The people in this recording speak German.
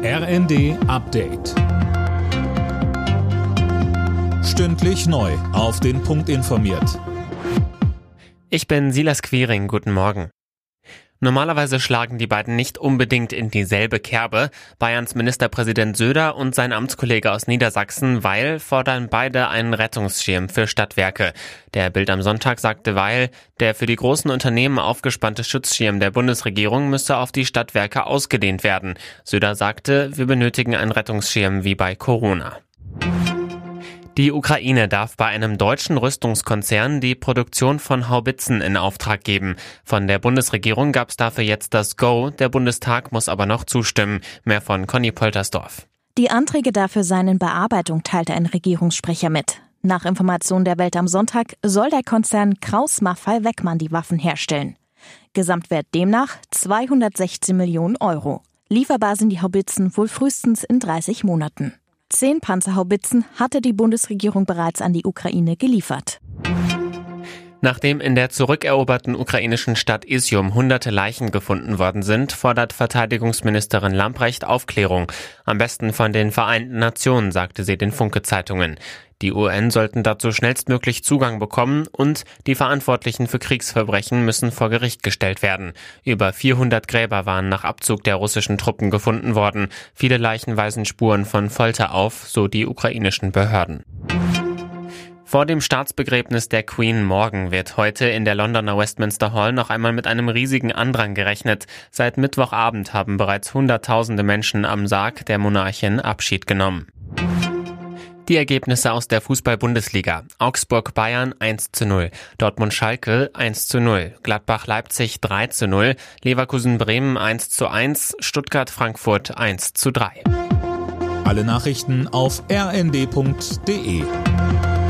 RND Update. Stündlich neu auf den Punkt informiert. Ich bin Silas Quiring, guten Morgen. Normalerweise schlagen die beiden nicht unbedingt in dieselbe Kerbe. Bayerns Ministerpräsident Söder und sein Amtskollege aus Niedersachsen, Weil, fordern beide einen Rettungsschirm für Stadtwerke. Der Bild am Sonntag sagte Weil, der für die großen Unternehmen aufgespannte Schutzschirm der Bundesregierung müsse auf die Stadtwerke ausgedehnt werden. Söder sagte, wir benötigen einen Rettungsschirm wie bei Corona. Die Ukraine darf bei einem deutschen Rüstungskonzern die Produktion von Haubitzen in Auftrag geben. Von der Bundesregierung gab es dafür jetzt das Go, der Bundestag muss aber noch zustimmen. Mehr von Conny Poltersdorf. Die Anträge dafür seien in Bearbeitung, teilte ein Regierungssprecher mit. Nach Informationen der Welt am Sonntag soll der Konzern Krauss-Maffei-Weckmann die Waffen herstellen. Gesamtwert demnach 216 Millionen Euro. Lieferbar sind die Haubitzen wohl frühestens in 30 Monaten. 10 Panzerhaubitzen hatte die Bundesregierung bereits an die Ukraine geliefert. Nachdem in der zurückeroberten ukrainischen Stadt Isium hunderte Leichen gefunden worden sind, fordert Verteidigungsministerin Lambrecht Aufklärung. Am besten von den Vereinten Nationen, sagte sie den Funke-Zeitungen. Die UN sollten dazu schnellstmöglich Zugang bekommen und die Verantwortlichen für Kriegsverbrechen müssen vor Gericht gestellt werden. Über 400 Gräber waren nach Abzug der russischen Truppen gefunden worden. Viele Leichen weisen Spuren von Folter auf, so die ukrainischen Behörden. Vor dem Staatsbegräbnis der Queen morgen wird heute in der Londoner Westminster Hall noch einmal mit einem riesigen Andrang gerechnet. Seit Mittwochabend haben bereits Hunderttausende Menschen am Sarg der Monarchin Abschied genommen. Die Ergebnisse aus der Fußball-Bundesliga. Augsburg-Bayern 1:0, Dortmund-Schalke 1:0, Gladbach-Leipzig 3:0, Leverkusen-Bremen 1:1, Stuttgart-Frankfurt 1:3. Alle Nachrichten auf rnd.de.